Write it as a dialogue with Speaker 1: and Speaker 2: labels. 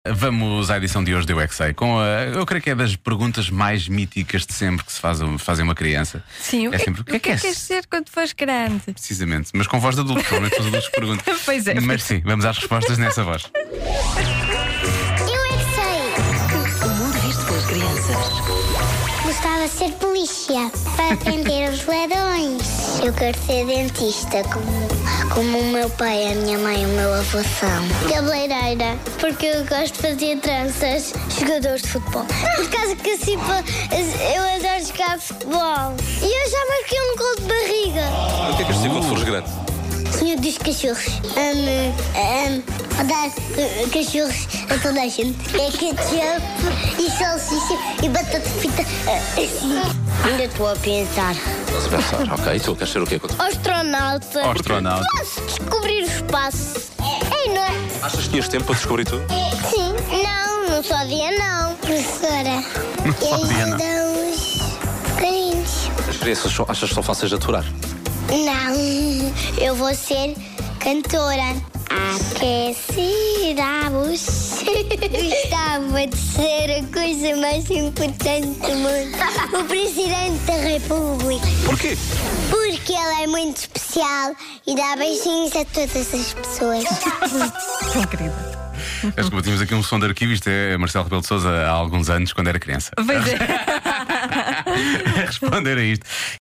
Speaker 1: Vamos à edição de hoje do Eu é Que Sei, com eu creio que é das perguntas mais míticas de sempre que se fazem uma criança.
Speaker 2: Sim, o
Speaker 1: é
Speaker 2: que,
Speaker 1: sempre,
Speaker 2: o que é que queres ser quando fores grande?
Speaker 1: Precisamente, mas com voz de adulto, normalmente os adultos perguntam.
Speaker 2: Pois é.
Speaker 1: Mas sim, vamos às respostas nessa voz.
Speaker 3: Eu é que sei.
Speaker 4: O mundo visto pelas crianças.
Speaker 3: Gostava de ser polícia para prender os ladrões. Eu quero ser dentista, como o meu pai, a minha mãe e o meu avô são. Cabeleireira, porque eu gosto de fazer tranças. Jogadores de futebol. Por causa que assim, eu adoro jogar futebol. E eu já marquei um gol de barriga.
Speaker 5: O que é que és quando fores grande?
Speaker 3: Senhor dos cachorros. A dar cachorros a toda a gente. É ketchup e salsicha e batata frita. Ainda estou a pensar.
Speaker 5: Estás a pensar, ok. E tu queres ser o quê?
Speaker 3: Astronauta.
Speaker 1: Astronauta.
Speaker 3: Posso descobrir o espaço. É, não é?
Speaker 5: Achas que tinhas tempo para descobrir tudo?
Speaker 3: Sim. Não só dia não. Professora.
Speaker 1: só
Speaker 3: E
Speaker 1: dia não.
Speaker 3: ainda uns carinhos.
Speaker 5: As experiências achas que são fáceis de aturar?
Speaker 3: Não, eu vou ser cantora. Aquecer a voz. Gostava de ser a coisa mais importante do mundo. O Presidente da República.
Speaker 5: Porquê?
Speaker 3: Porque ele é muito especial e dá beijinhos a todas as pessoas.
Speaker 2: Tão querida.
Speaker 1: Acho que tínhamos aqui um som de arquivo. Isto é Marcelo Rebelo de Sousa há alguns anos, quando era criança.
Speaker 2: Pois é.
Speaker 1: A responder a isto.